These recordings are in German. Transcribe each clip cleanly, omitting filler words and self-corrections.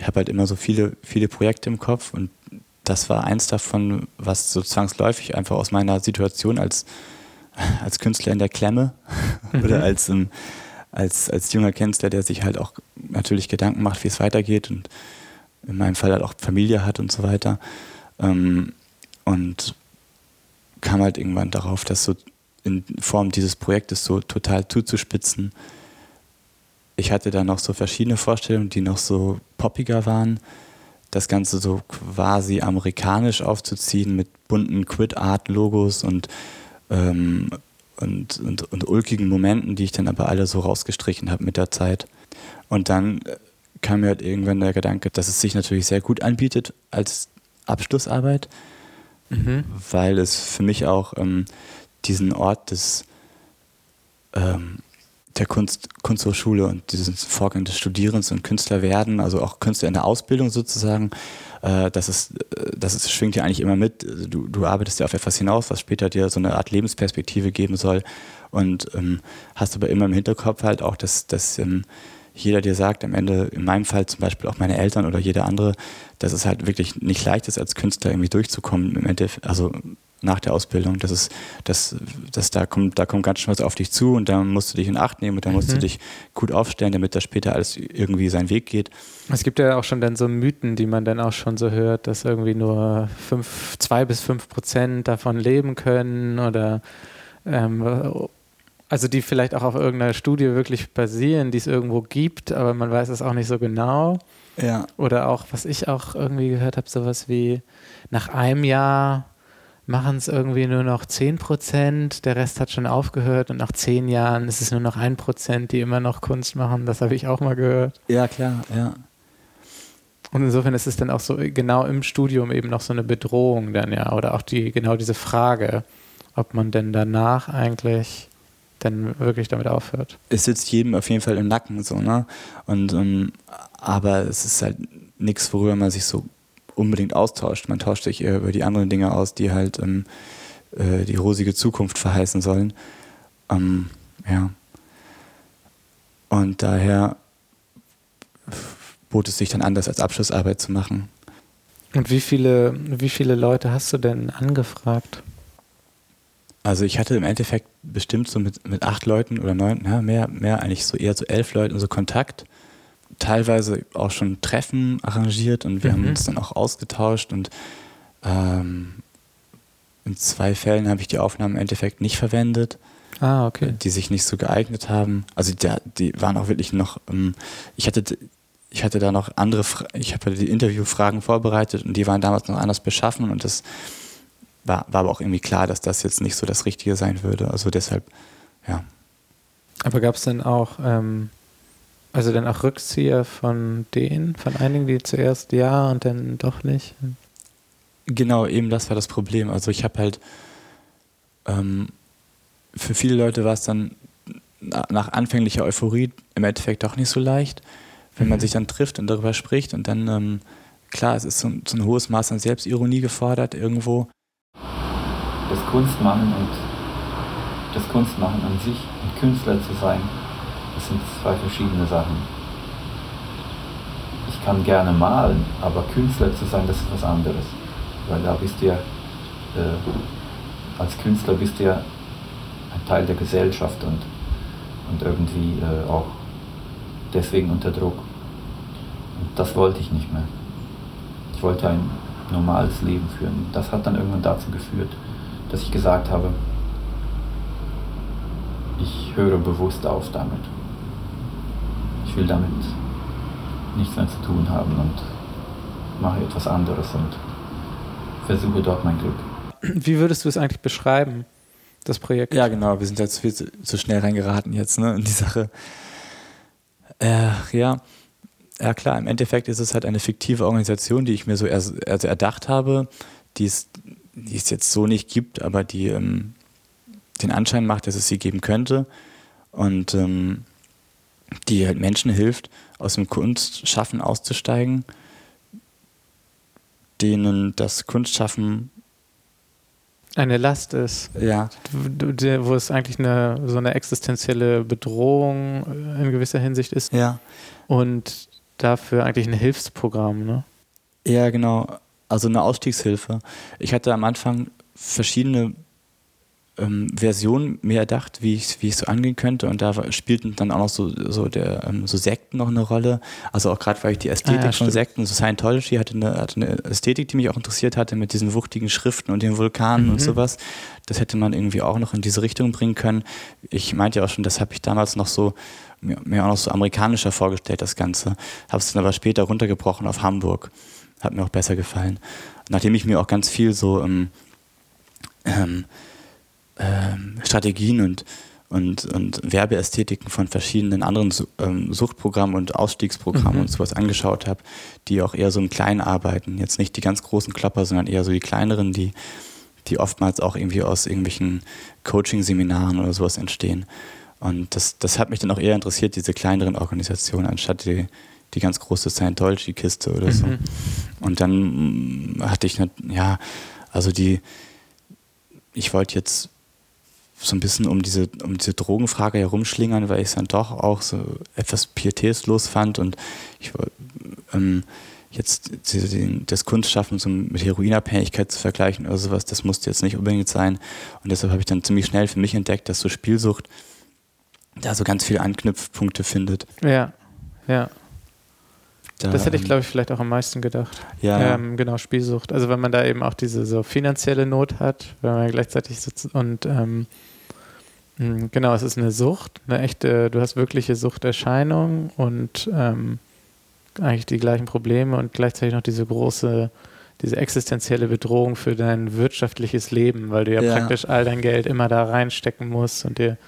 habe halt immer so viele Projekte im Kopf und das war eins davon, was so zwangsläufig einfach aus meiner Situation als Künstler in der Klemme oder als junger Künstler, der sich halt auch natürlich Gedanken macht, wie es weitergeht und in meinem Fall halt auch Familie hat und so weiter. Und kam halt irgendwann darauf, das so in Form dieses Projektes so total zuzuspitzen. Ich hatte da noch so verschiedene Vorstellungen, die noch so poppiger waren. Das Ganze so quasi amerikanisch aufzuziehen mit bunten Quid-Art-Logos und ulkigen Momenten, die ich dann aber alle so rausgestrichen habe mit der Zeit. Und dann kam mir halt irgendwann der Gedanke, dass es sich natürlich sehr gut anbietet als Abschlussarbeit, weil es für mich auch diesen Ort der Kunsthochschule und diesen Vorgang des Studierens und Künstlerwerden, also auch Künstler in der Ausbildung sozusagen, das schwingt ja eigentlich immer mit. Du arbeitest ja auf etwas hinaus, was später dir so eine Art Lebensperspektive geben soll und hast aber immer im Hinterkopf halt auch, dass jeder dir sagt, am Ende, in meinem Fall zum Beispiel auch meine Eltern oder jeder andere, dass es halt wirklich nicht leicht ist, als Künstler irgendwie durchzukommen, im Endeffekt, also nach der Ausbildung. Da kommt ganz schön was auf dich zu und da musst du dich in Acht nehmen und da musst du dich gut aufstellen, damit das später alles irgendwie seinen Weg geht. Es gibt ja auch schon dann so Mythen, die man dann auch schon so hört, dass irgendwie nur 2-5% davon leben können oder also die vielleicht auch auf irgendeiner Studie wirklich basieren, die es irgendwo gibt, aber man weiß es auch nicht so genau. Ja. Oder auch, was ich auch irgendwie gehört habe, sowas wie nach einem Jahr machen es irgendwie nur noch 10%, der Rest hat schon aufgehört und nach 10 Jahren ist es nur noch 1%, die immer noch Kunst machen. Das habe ich auch mal gehört. Ja, klar, ja. Und insofern ist es dann auch so genau im Studium eben noch so eine Bedrohung dann, ja, oder auch genau diese Frage, ob man denn danach eigentlich dann wirklich damit aufhört. Es sitzt jedem auf jeden Fall im Nacken, so, ne? Und aber es ist halt nichts, worüber man sich so unbedingt austauscht. Man tauscht sich eher über die anderen Dinge aus, die halt die rosige Zukunft verheißen sollen. Ja. Und daher bot es sich dann an, das als Abschlussarbeit zu machen. Und wie viele Leute hast du denn angefragt? Also ich hatte im Endeffekt bestimmt so mit 8 Leuten oder 9, ja, mehr eigentlich so eher so 11 Leuten so Kontakt. Teilweise auch schon Treffen arrangiert und wir haben uns dann auch ausgetauscht und in 2 Fällen habe ich die Aufnahmen im Endeffekt nicht verwendet, okay. Die sich nicht so geeignet haben. Also die waren auch wirklich noch, ich hatte da noch ich habe die Interviewfragen vorbereitet und die waren damals noch anders beschaffen und das war aber auch irgendwie klar, dass das jetzt nicht so das Richtige sein würde. Also deshalb, ja. Aber gab es denn auch dann auch Rückzieher von einigen, die zuerst ja und dann doch nicht? Genau, eben das war das Problem. Also ich habe halt, für viele Leute war es dann nach anfänglicher Euphorie im Endeffekt doch nicht so leicht, wenn man sich dann trifft und darüber spricht und dann, klar, es ist so ein hohes Maß an Selbstironie gefordert irgendwo. Das Kunstmachen und das Kunstmachen an sich und Künstler zu sein, das sind 2 verschiedene Sachen. Ich kann gerne malen, aber Künstler zu sein, das ist was anderes. Weil da bist du ja, als Künstler bist du ja ein Teil der Gesellschaft und irgendwie auch deswegen unter Druck. Und das wollte ich nicht mehr. Ich wollte ein normales Leben führen. Das hat dann irgendwann dazu geführt, dass ich gesagt habe, ich höre bewusst auf damit. Ich will damit nichts mehr zu tun haben und mache etwas anderes und versuche dort mein Glück. Wie würdest du es eigentlich beschreiben, das Projekt? Ja, genau, wir sind jetzt viel zu schnell reingeraten jetzt, ne, in die Sache. Ja klar, im Endeffekt ist es halt eine fiktive Organisation, die ich mir so erdacht habe, die es jetzt so nicht gibt, aber die den Anschein macht, dass es sie geben könnte und die halt Menschen hilft, aus dem Kunstschaffen auszusteigen, denen das Kunstschaffen eine Last ist. Ja. Wo es eigentlich so eine existenzielle Bedrohung in gewisser Hinsicht ist. Ja. Und dafür eigentlich ein Hilfsprogramm, ne? Ja, genau. Also eine Ausstiegshilfe. Ich hatte am Anfang verschiedene Versionen mir erdacht, wie ich so angehen könnte, und da spielten dann auch noch so Sekten noch eine Rolle, also auch gerade, weil ich die Ästhetik von Sekten, so Scientology hatte eine Ästhetik, die mich auch interessiert hatte, mit diesen wuchtigen Schriften und den Vulkanen und sowas. Das hätte man irgendwie auch noch in diese Richtung bringen können. Ich meinte ja auch schon, das habe ich damals noch so mir auch noch so amerikanischer vorgestellt, das Ganze. Habe es dann aber später runtergebrochen auf Hamburg. Hat mir auch besser gefallen. Nachdem ich mir auch ganz viel so Strategien und Werbeästhetiken von verschiedenen anderen Suchtprogrammen und Ausstiegsprogrammen und sowas angeschaut habe, die auch eher so im Kleinen arbeiten. Jetzt nicht die ganz großen Klopper, sondern eher so die kleineren, die oftmals auch irgendwie aus irgendwelchen Coaching-Seminaren oder sowas entstehen. Und das hat mich dann auch eher interessiert, diese kleineren Organisationen, anstatt die ganz große Scientology-Kiste oder so. Und dann hatte ich, ich wollte jetzt so ein bisschen um diese Drogenfrage herumschlingern, weil ich es dann doch auch so etwas pietätslos fand, und ich jetzt das Kunstschaffen so mit Heroinabhängigkeit zu vergleichen oder sowas, das musste jetzt nicht unbedingt sein, und deshalb habe ich dann ziemlich schnell für mich entdeckt, dass so Spielsucht da so ganz viele Anknüpfpunkte findet. Ja. Das hätte ich, glaube ich, vielleicht auch am meisten gedacht. Ja. Genau, Spielsucht. Also wenn man da eben auch diese so finanzielle Not hat, wenn man gleichzeitig sitzt und genau, es ist eine Sucht, eine echte, du hast wirkliche Suchterscheinungen und eigentlich die gleichen Probleme und gleichzeitig noch diese existenzielle Bedrohung für dein wirtschaftliches Leben, weil du ja praktisch all dein Geld immer da reinstecken musst und dir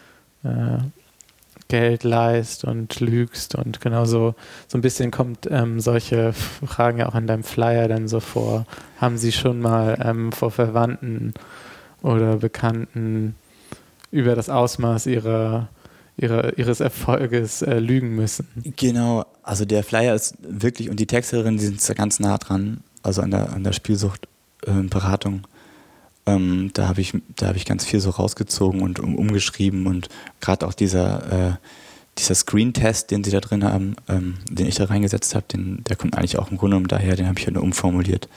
Geld leist und lügst, und genauso so ein bisschen kommt solche Fragen ja auch in deinem Flyer dann so vor. Haben Sie schon mal vor Verwandten oder Bekannten über das Ausmaß ihres Erfolges lügen müssen? Genau, also der Flyer ist wirklich, und die Texterin, die sind da ganz nah dran, also an der Spielsuchtberatung. Da habe ich ganz viel so rausgezogen und umgeschrieben, und gerade auch dieser Screen-Test, den sie da drin haben, den ich da reingesetzt habe, der kommt eigentlich auch im Grunde genommen daher, den habe ich halt nur umformuliert.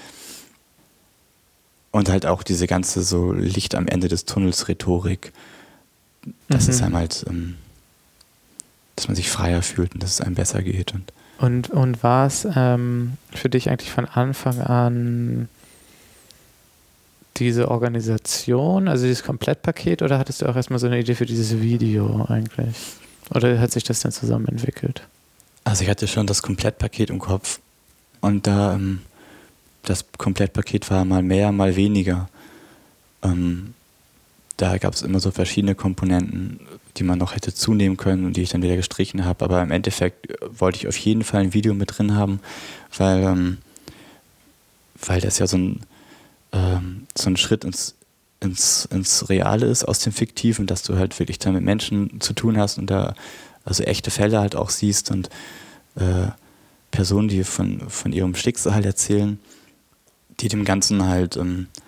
Und halt auch diese ganze so Licht am Ende des Tunnels Rhetorik, dass es einem halt, dass man sich freier fühlt und dass es einem besser geht. Und war es für dich eigentlich von Anfang an diese Organisation, also dieses Komplettpaket, oder hattest du auch erstmal so eine Idee für dieses Video eigentlich? Oder hat sich das dann zusammen entwickelt? Also ich hatte schon das Komplettpaket im Kopf, und das Komplettpaket war mal mehr, mal weniger. Da gab es immer so verschiedene Komponenten, die man noch hätte zunehmen können und die ich dann wieder gestrichen habe, aber im Endeffekt wollte ich auf jeden Fall ein Video mit drin haben, weil das ja so ein Schritt ins Reale ist aus dem Fiktiven, dass du halt wirklich da mit Menschen zu tun hast und da also echte Fälle halt auch siehst und Personen, die von ihrem Schicksal erzählen, die dem Ganzen halt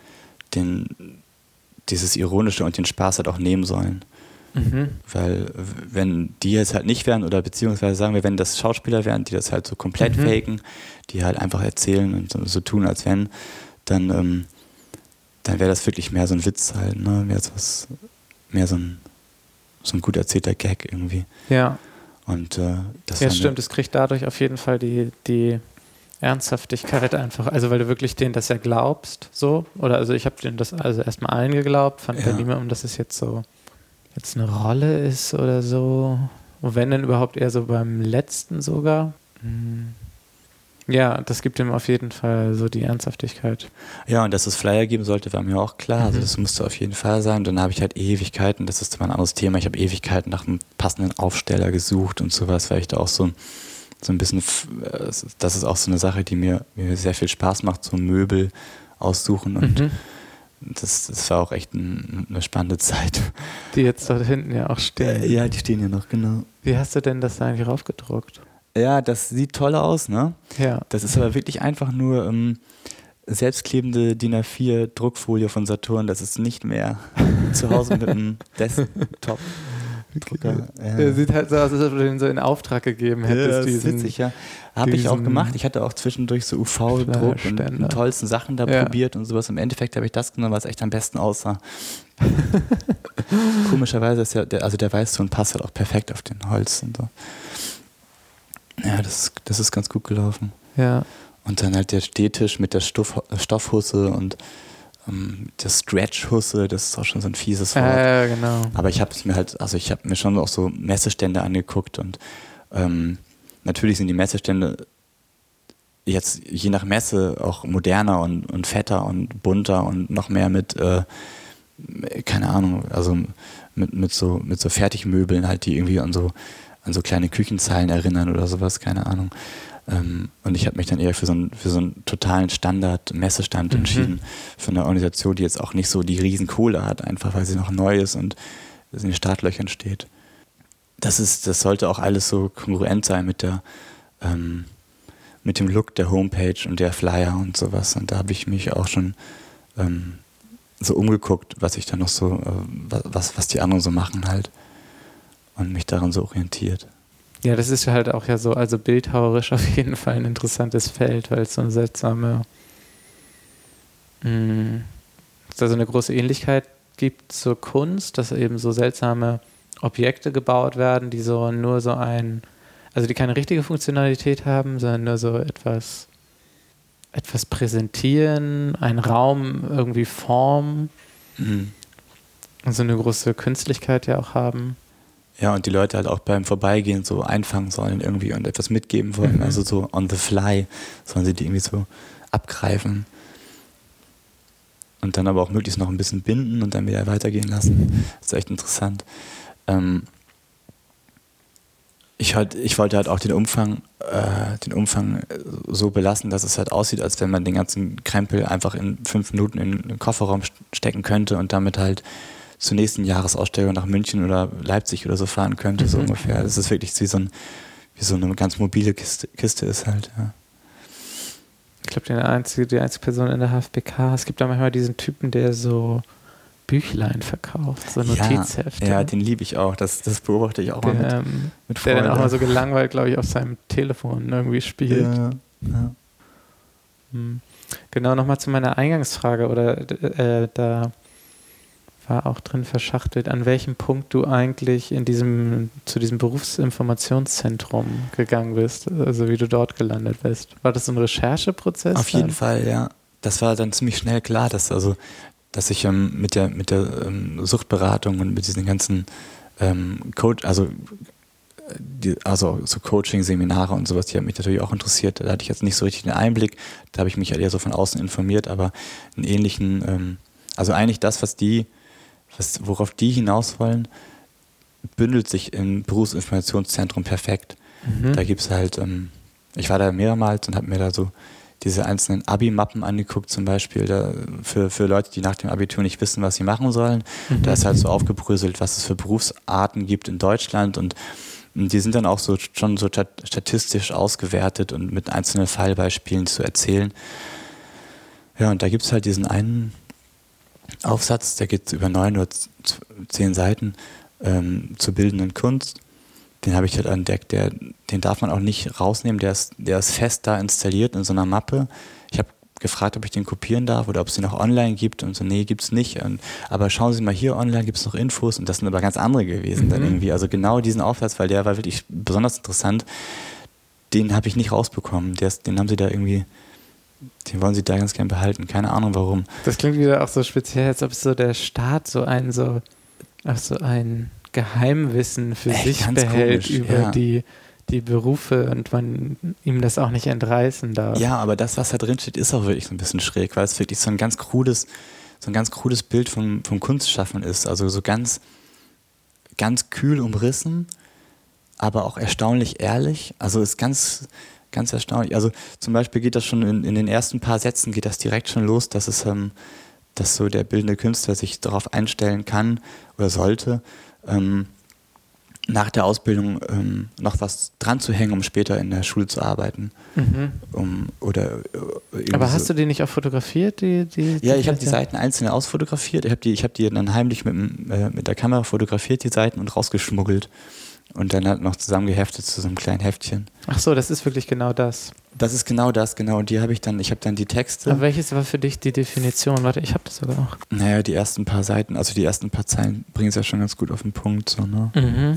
dieses Ironische und den Spaß halt auch nehmen sollen. Weil wenn die jetzt halt nicht wären, oder beziehungsweise sagen wir, wenn das Schauspieler wären, die das halt so komplett faken, die halt einfach erzählen und so tun, als wenn, dann wäre das wirklich mehr so ein Witz halt, ne? Mehr so ein gut erzählter Gag irgendwie. Ja. Und das ja, stimmt, es kriegt dadurch auf jeden Fall die Ernsthaftigkeit einfach, also weil du wirklich denen das ja glaubst, so, oder also ich habe denen das also erstmal allen geglaubt, fand ja niemandem, dass es jetzt eine Rolle ist oder so, und wenn dann überhaupt eher so beim letzten sogar. Ja, das gibt ihm auf jeden Fall so die Ernsthaftigkeit. Ja, und dass es Flyer geben sollte, war mir auch klar. Also das musste auf jeden Fall sein. Und dann habe ich halt Ewigkeiten, das ist zwar ein anderes Thema, ich habe Ewigkeiten nach einem passenden Aufsteller gesucht und sowas, weil ich da auch so ein bisschen, das ist auch so eine Sache, die mir sehr viel Spaß macht, so Möbel aussuchen, und das war auch echt eine spannende Zeit. Die jetzt dort hinten ja auch stehen. Ja, die stehen ja noch, genau. Wie hast du denn das da eigentlich raufgedruckt? Ja, das sieht toll aus, ne? Ja. Das ist aber wirklich einfach nur selbstklebende DIN A4 Druckfolie von Saturn. Das ist nicht mehr zu Hause mit einem Desktop. Drucker. Der sieht halt so aus, als ob du den so in Auftrag gegeben hättest. Das ist witzig, ja. Habe ich auch gemacht. Ich hatte auch zwischendurch so UV-Druck und die tollsten Sachen da probiert und sowas. Im Endeffekt habe ich das genommen, was echt am besten aussah. Komischerweise ist ja, der Weißton passt halt auch perfekt auf den Holz und so. Ja, das ist ganz gut gelaufen. Ja. Und dann halt der Stehtisch mit der Stoffhusse und der Stretch-Husse, das ist auch schon so ein fieses Wort. Ja, genau. Aber ich habe mir schon auch so Messestände angeguckt und natürlich sind die Messestände jetzt je nach Messe auch moderner und fetter und bunter und noch mehr mit keine Ahnung, also mit so Fertigmöbeln halt, die irgendwie an so kleine Küchenzeilen erinnern oder sowas, keine Ahnung. Und ich habe mich dann eher für so einen totalen Standard-Messestand entschieden, für eine Organisation, die jetzt auch nicht so die riesen Kohle hat, einfach weil sie noch neu ist und in den Startlöchern steht. Das sollte auch alles so kongruent sein mit dem Look der Homepage und der Flyer und sowas. Und da habe ich mich auch schon so umgeguckt, was ich dann noch so, was die anderen so machen halt. Und mich daran so orientiert. Ja, das ist halt auch ja so, also bildhauerisch auf jeden Fall ein interessantes Feld, weil es so eine seltsame, dass da so eine große Ähnlichkeit gibt zur Kunst, dass eben so seltsame Objekte gebaut werden, die so nur so also die keine richtige Funktionalität haben, sondern nur so etwas präsentieren, einen Raum irgendwie formen und so eine große Künstlichkeit ja auch haben. Ja, und die Leute halt auch beim Vorbeigehen so einfangen sollen irgendwie und etwas mitgeben wollen. Also so on the fly sollen sie die irgendwie so abgreifen. Und dann aber auch möglichst noch ein bisschen binden und dann wieder weitergehen lassen. Das ist echt interessant. Ich wollte halt auch den Umfang so belassen, dass es halt aussieht, als wenn man den ganzen Krempel einfach in 5 Minuten in den Kofferraum stecken könnte und damit halt zur nächsten Jahresausstellung nach München oder Leipzig oder so fahren könnte, so ungefähr. Das ist wirklich wie so eine ganz mobile Kiste ist halt, ja. Ich glaube, die einzige Person in der HFBK, es gibt da manchmal diesen Typen, der so Büchlein verkauft, so Notizhefte. Ja, den liebe ich auch. Das beobachte ich auch mal mit Freude. Der dann auch mal so gelangweilt, glaube ich, auf seinem Telefon irgendwie spielt. Ja. Genau, nochmal zu meiner Eingangsfrage, oder da war auch drin verschachtelt, an welchem Punkt du eigentlich zu diesem Berufsinformationszentrum gegangen bist, also wie du dort gelandet bist. War das so ein Rechercheprozess? Auf jeden Fall, ja. Das war dann ziemlich schnell klar, dass ich mit der Suchtberatung und mit diesen ganzen so Coaching-Seminare und sowas, die haben mich natürlich auch interessiert. Da hatte ich jetzt nicht so richtig den Einblick, da habe ich mich halt eher so von außen informiert, aber einen ähnlichen, also eigentlich das, worauf die hinaus wollen, bündelt sich im Berufsinformationszentrum perfekt. Da gibt es halt, ich war da mehrmals und habe mir da so diese einzelnen Abi-Mappen angeguckt, zum Beispiel für Leute, die nach dem Abitur nicht wissen, was sie machen sollen. Da ist halt so aufgebröselt, was es für Berufsarten gibt in Deutschland und die sind dann auch schon so statistisch ausgewertet und mit einzelnen Fallbeispielen zu erzählen. Ja, und da gibt es halt diesen einen Aufsatz, der geht über 9 oder 10 Seiten zur bildenden Kunst. Den habe ich halt entdeckt, den darf man auch nicht rausnehmen, der ist fest da installiert in so einer Mappe. Ich habe gefragt, ob ich den kopieren darf oder ob es den auch online gibt und so, nee, gibt's nicht. Aber schauen Sie mal hier, online gibt es noch Infos und das sind aber ganz andere gewesen dann irgendwie. Also genau diesen Aufsatz, weil der war wirklich besonders interessant, den habe ich nicht rausbekommen. Den haben sie da irgendwie, den wollen sie da ganz gern behalten. Keine Ahnung warum. Das klingt wieder auch so speziell, als ob so der Staat so ein Geheimwissen für sich behält komisch, über die Berufe und man ihm das auch nicht entreißen darf. Ja, aber das, was da drin steht, ist auch wirklich so ein bisschen schräg, weil es wirklich so ein ganz krudes Bild vom Kunstschaffen ist. Also so ganz, ganz kühl umrissen, aber auch erstaunlich ehrlich. Also ist ganz, ganz erstaunlich. Also zum Beispiel geht das schon in den ersten paar Sätzen geht das direkt schon los, dass so der bildende Künstler sich darauf einstellen kann oder sollte, nach der Ausbildung noch was dran zu hängen, um später in der Schule zu arbeiten. Aber hast du die nicht auch fotografiert? Ja, ich habe die Seiten einzeln ausfotografiert. Ich hab die dann heimlich mit der Kamera fotografiert, die Seiten, und rausgeschmuggelt. Und dann halt noch zusammengeheftet zu so einem kleinen Heftchen. Ach so, das ist wirklich genau das. Das ist genau das, genau. Und ich habe dann die Texte. Aber welches war für dich die Definition? Warte, ich habe das sogar auch. Naja, die ersten paar Seiten, also die ersten paar Zeilen bringen es ja schon ganz gut auf den Punkt. So, ne?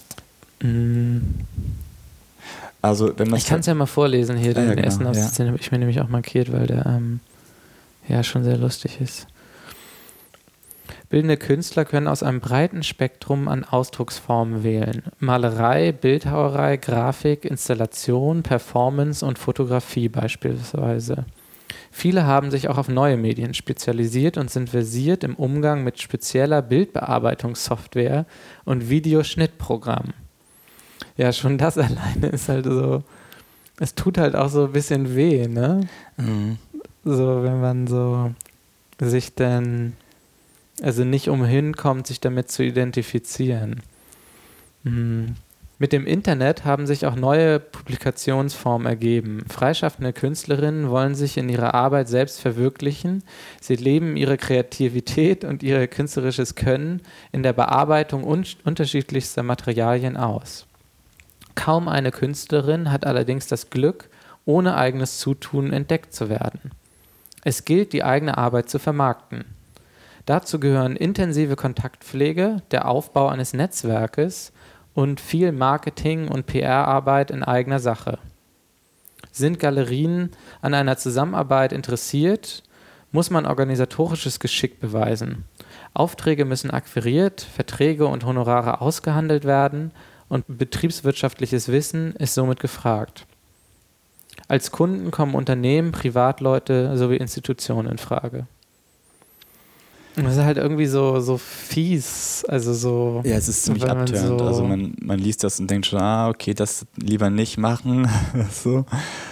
Also, wenn ich kann es ja mal vorlesen hier, den genau, ersten Absatz, den habe ich mir nämlich auch markiert, weil der ja schon sehr lustig ist. Bildende Künstler können aus einem breiten Spektrum an Ausdrucksformen wählen. Malerei, Bildhauerei, Grafik, Installation, Performance und Fotografie beispielsweise. Viele haben sich auch auf neue Medien spezialisiert und sind versiert im Umgang mit spezieller Bildbearbeitungssoftware und Videoschnittprogrammen. Ja, schon das alleine ist halt so, es tut halt auch so ein bisschen weh, ne? So, wenn man so sich dann nicht umhin kommt, sich damit zu identifizieren. Mit dem Internet haben sich auch neue Publikationsformen ergeben. Freischaffende Künstlerinnen wollen sich in ihrer Arbeit selbst verwirklichen. Sie leben ihre Kreativität und ihr künstlerisches Können in der Bearbeitung unterschiedlichster Materialien aus. Kaum eine Künstlerin hat allerdings das Glück, ohne eigenes Zutun entdeckt zu werden. Es gilt, die eigene Arbeit zu vermarkten. Dazu gehören intensive Kontaktpflege, der Aufbau eines Netzwerkes und viel Marketing- und PR-Arbeit in eigener Sache. Sind Galerien an einer Zusammenarbeit interessiert, muss man organisatorisches Geschick beweisen. Aufträge müssen akquiriert, Verträge und Honorare ausgehandelt werden und betriebswirtschaftliches Wissen ist somit gefragt. Als Kunden kommen Unternehmen, Privatleute sowie Institutionen in Frage. Das ist halt irgendwie so fies, also so... Ja, es ist ziemlich abtörend, also man liest das und denkt schon, okay, das lieber nicht machen, so.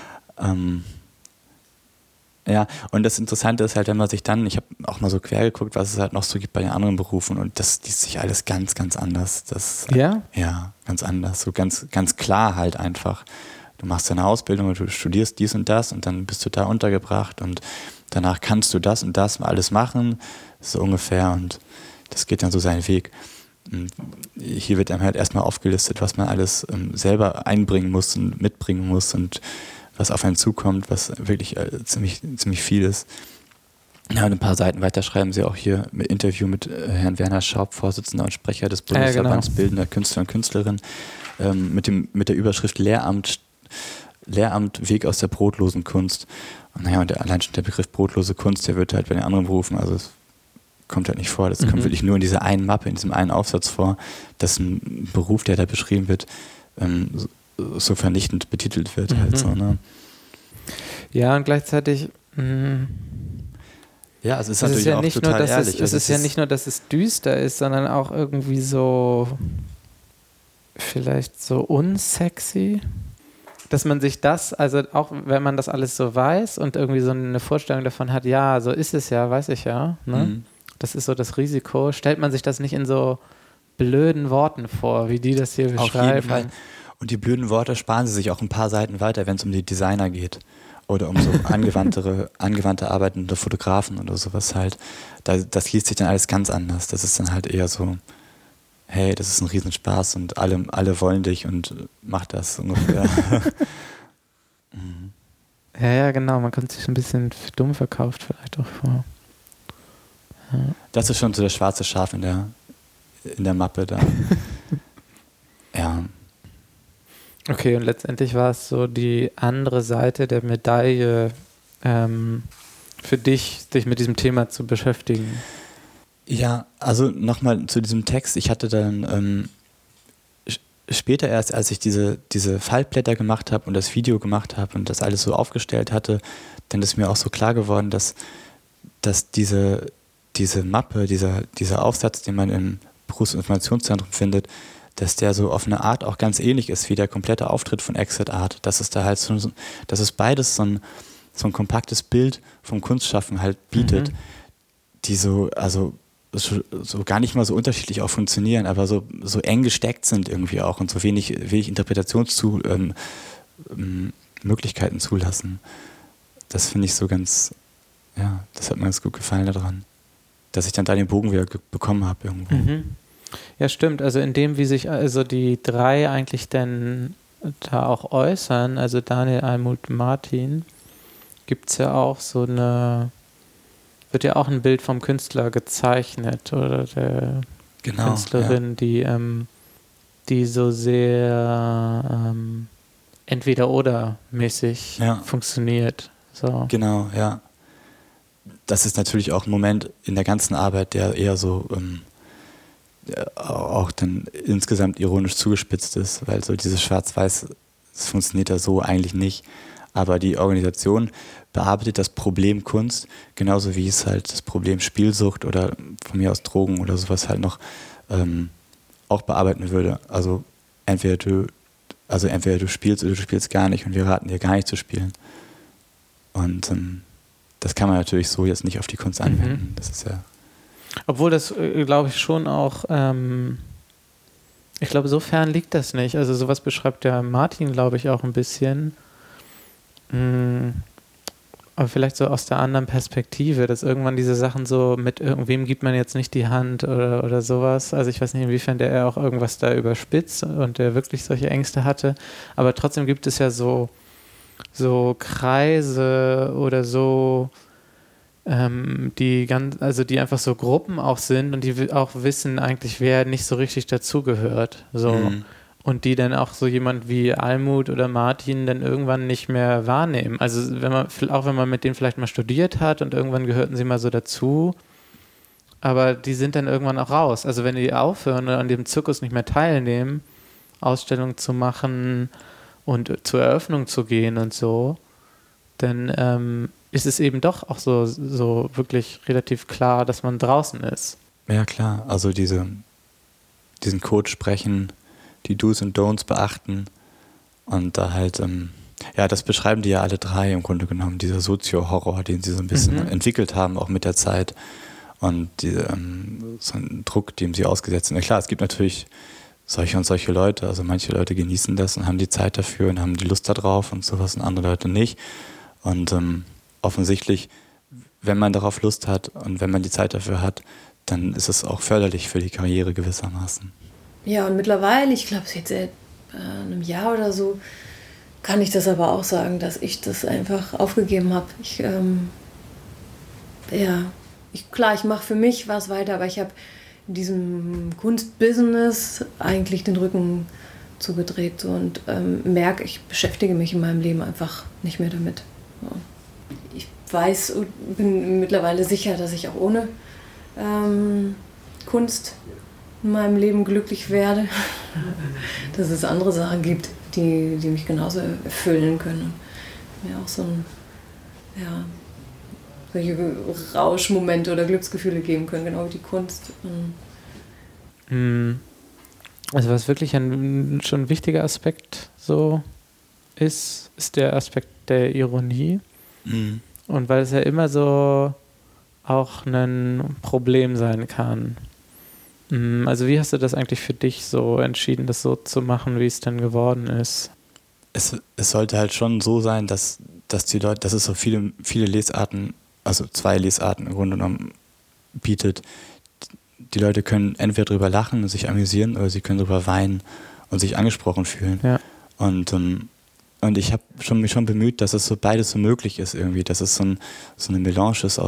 Ja, und das Interessante ist halt, wenn man sich dann, ich habe auch mal so quer geguckt, was es halt noch so gibt bei den anderen Berufen, und das liest sich alles ganz, ganz anders. Ja? Ja, ganz anders, so ganz, ganz klar halt einfach. Du machst deine Ausbildung und du studierst dies und das und dann bist du da untergebracht und danach kannst du das und das alles machen, so ungefähr, und das geht dann so seinen Weg. Und hier wird einem halt erstmal aufgelistet, was man alles selber einbringen muss und mitbringen muss und was auf einen zukommt, was wirklich ziemlich, ziemlich viel ist. Ja, und ein paar Seiten weiter schreiben sie auch hier mit Interview mit Herrn Werner Schaub, Vorsitzender und Sprecher des Bundesverbands Bildender Künstler und Künstlerinnen, mit der Überschrift Lehramt Weg aus der brotlosen Kunst. Und naja, und allein schon der Begriff brotlose Kunst, der wird halt bei den anderen Berufen, also es kommt halt nicht vor, das kommt wirklich nur in dieser einen Mappe, in diesem einen Aufsatz vor, dass ein Beruf, der da beschrieben wird, so vernichtend betitelt wird. Halt so, ne? Ja, und gleichzeitig... Ja, es ist natürlich ja auch nicht total nur, ehrlich. Es ist ja nicht nur, dass es düster ist, sondern auch irgendwie so vielleicht so unsexy. Dass man sich das, also auch wenn man das alles so weiß und irgendwie so eine Vorstellung davon hat, ja, so ist es ja, weiß ich ja, ne? Das ist so das Risiko, stellt man sich das nicht in so blöden Worten vor, wie die das hier beschreiben. Auf jeden Fall. Und die blöden Worte sparen sie sich auch ein paar Seiten weiter, wenn es um die Designer geht. Oder um so angewandte arbeitende Fotografen oder sowas halt. Das liest sich dann alles ganz anders. Das ist dann halt eher so, hey, das ist ein Riesenspaß und alle wollen dich und mach das ungefähr. Ja, genau. Man kommt sich ein bisschen dumm verkauft vielleicht auch vor. Ja. Das ist schon so das schwarze Schaf in der Mappe da. Ja. Okay, und letztendlich war es so die andere Seite der Medaille für dich, sich mit diesem Thema zu beschäftigen. Ja, also nochmal zu diesem Text. Ich hatte dann später erst, als ich diese Faltblätter gemacht habe und das Video gemacht habe und das alles so aufgestellt hatte, dann ist mir auch so klar geworden, dass diese Mappe, dieser Aufsatz, den man im Berufsinformationszentrum findet, dass der so auf eine Art auch ganz ähnlich ist wie der komplette Auftritt von Exit Art. Dass es da halt dass es beides so ein kompaktes Bild vom Kunstschaffen halt bietet, die so, also so gar nicht mal so unterschiedlich auch funktionieren, aber so eng gesteckt sind irgendwie auch und so wenig Interpretationsmöglichkeiten zulassen. Das finde ich so ganz, ja, das hat mir ganz gut gefallen daran, dass ich dann da den Bogen wieder bekommen habe irgendwo. Mhm. Ja, stimmt. Also in dem, wie sich also die drei eigentlich dann da auch äußern, also Daniel, Almut, Martin, gibt es ja auch wird ja auch ein Bild vom Künstler gezeichnet oder der Künstlerin, ja. die so sehr entweder-oder-mäßig funktioniert. So. Genau, ja. Das ist natürlich auch ein Moment in der ganzen Arbeit, der eher so auch dann insgesamt ironisch zugespitzt ist, weil so dieses Schwarz-Weiß, das funktioniert ja so eigentlich nicht. Aber die Organisation bearbeitet das Problem Kunst, genauso wie es halt das Problem Spielsucht oder von mir aus Drogen oder sowas halt noch auch bearbeiten würde. Also entweder du spielst oder du spielst gar nicht und wir raten dir gar nicht zu spielen. Und das kann man natürlich so jetzt nicht auf die Kunst anwenden. Das ist ja. Obwohl das, glaube ich, schon auch, ich glaube, so fern liegt das nicht. Also sowas beschreibt der Martin, glaube ich, auch ein bisschen. Aber vielleicht so aus der anderen Perspektive, dass irgendwann diese Sachen so mit irgendwem gibt man jetzt nicht die Hand oder sowas. Also ich weiß nicht, inwiefern der auch irgendwas da überspitzt und der wirklich solche Ängste hatte. Aber trotzdem gibt es ja so Kreise oder so, die einfach so Gruppen auch sind und die auch wissen eigentlich, wer nicht so richtig dazugehört. So. Mhm. Und die dann auch so jemand wie Almut oder Martin dann irgendwann nicht mehr wahrnehmen. Also wenn man mit denen vielleicht mal studiert hat und irgendwann gehörten sie mal so dazu, aber die sind dann irgendwann auch raus. Also wenn die aufhören und an dem Zirkus nicht mehr teilnehmen, Ausstellungen zu machen und zur Eröffnung zu gehen und so, dann ist es eben doch auch so wirklich relativ klar, dass man draußen ist. Ja, klar. Also diesen Code sprechen, die Do's und Don'ts beachten und da halt, das beschreiben die ja alle drei im Grunde genommen, dieser Sozio-Horror, den sie so ein bisschen entwickelt haben, auch mit der Zeit und so ein Druck, dem sie ausgesetzt sind. Na klar, es gibt natürlich solche und solche Leute, also manche Leute genießen das und haben die Zeit dafür und haben die Lust darauf und sowas und andere Leute nicht. Und offensichtlich, wenn man darauf Lust hat und wenn man die Zeit dafür hat, dann ist es auch förderlich für die Karriere gewissermaßen. Ja, und mittlerweile, ich glaube, seit einem Jahr oder so, kann ich das aber auch sagen, dass ich das einfach aufgegeben habe. Ich mache für mich was weiter, aber ich habe in diesem Kunstbusiness eigentlich den Rücken zugedreht und merke, ich beschäftige mich in meinem Leben einfach nicht mehr damit. Ja. Ich weiß und bin mittlerweile sicher, dass ich auch ohne Kunst in meinem Leben glücklich werde, dass es andere Sachen gibt, die mich genauso erfüllen können und mir auch solche Rauschmomente oder Glücksgefühle geben können, genau wie die Kunst. Also was wirklich schon ein wichtiger Aspekt so ist der Aspekt der Ironie. Mhm. Und weil es ja immer so auch ein Problem sein kann. Also wie hast du das eigentlich für dich so entschieden, das so zu machen, wie es denn geworden ist? Es sollte halt schon so sein, dass die Leute, dass es so viele Lesarten, also 2 Lesarten im Grunde genommen bietet. Die Leute können entweder drüber lachen und sich amüsieren oder sie können drüber weinen und sich angesprochen fühlen. Ja. Und ich habe mich schon bemüht, dass es so beides so möglich ist irgendwie, dass es so eine Melange ist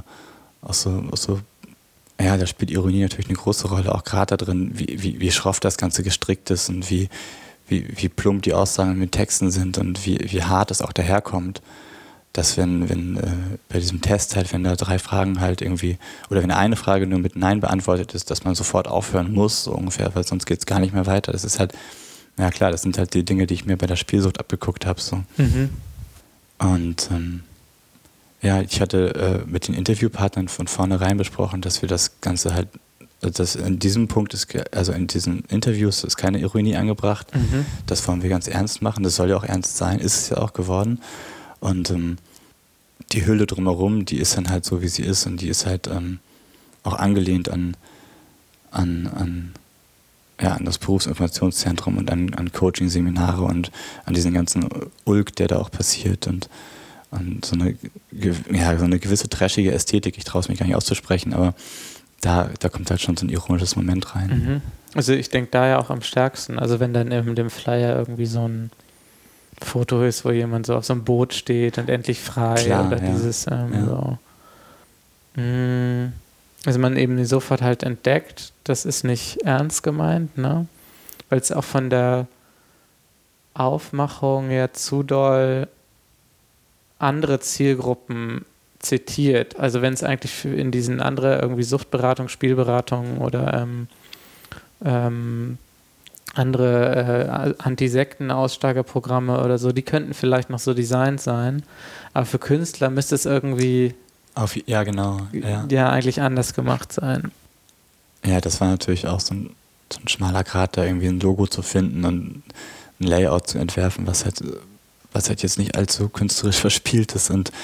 ja, da spielt Ironie natürlich eine große Rolle, auch gerade da drin, wie schroff das Ganze gestrickt ist und wie plump die Aussagen mit Texten sind und wie hart es auch daherkommt, dass wenn bei diesem Test halt, wenn da 3 Fragen halt irgendwie, oder wenn eine Frage nur mit Nein beantwortet ist, dass man sofort aufhören muss, so ungefähr, weil sonst geht es gar nicht mehr weiter. Das ist halt, ja klar, das sind halt die Dinge, die ich mir bei der Spielsucht abgeguckt habe. So. Mhm. Und ich hatte mit den Interviewpartnern von vornherein besprochen, dass wir das Ganze halt, dass in diesem Punkt in diesen Interviews ist keine Ironie angebracht. Mhm. Das wollen wir ganz ernst machen. Das soll ja auch ernst sein, ist es ja auch geworden. Und die Hülle drumherum, die ist dann halt so, wie sie ist und die ist halt auch angelehnt an das Berufsinformationszentrum und an Coaching-Seminare und an diesen ganzen Ulk, der da auch passiert und so eine gewisse trashige Ästhetik, ich traue es mich gar nicht auszusprechen, aber da kommt halt schon so ein ironisches Moment rein. Mhm. Also ich denke da ja auch am stärksten, also wenn dann in dem Flyer irgendwie so ein Foto ist, wo jemand so auf so einem Boot steht und endlich frei. Klar, oder dieses so. Also man eben sofort halt entdeckt, das ist nicht ernst gemeint, ne? Weil es auch von der Aufmachung ja zu doll andere Zielgruppen zitiert. Also wenn es eigentlich in diesen andere irgendwie Suchtberatung, Spielberatung oder andere Anti-Sekten-Aussteigerprogramme oder so, die könnten vielleicht noch so designt sein, aber für Künstler müsste es irgendwie genau. Ja, eigentlich anders gemacht sein. Ja, das war natürlich auch so ein schmaler Grat, da irgendwie ein Logo zu finden und ein Layout zu entwerfen, was halt jetzt nicht allzu künstlerisch verspielt ist und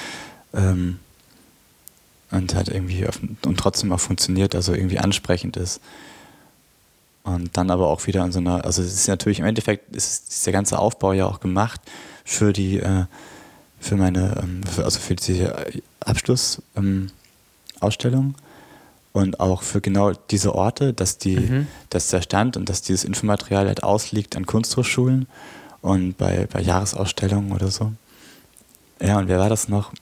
halt irgendwie und trotzdem auch funktioniert, also irgendwie ansprechend ist. Und dann aber auch wieder an so einer, also es ist natürlich im Endeffekt ist der ganze Aufbau ja auch gemacht für diese Abschlussausstellung und auch für genau diese Orte, dass der Stand und dass dieses Infomaterial halt ausliegt an Kunsthochschulen und bei Jahresausstellungen oder so. Ja, und wer war das noch?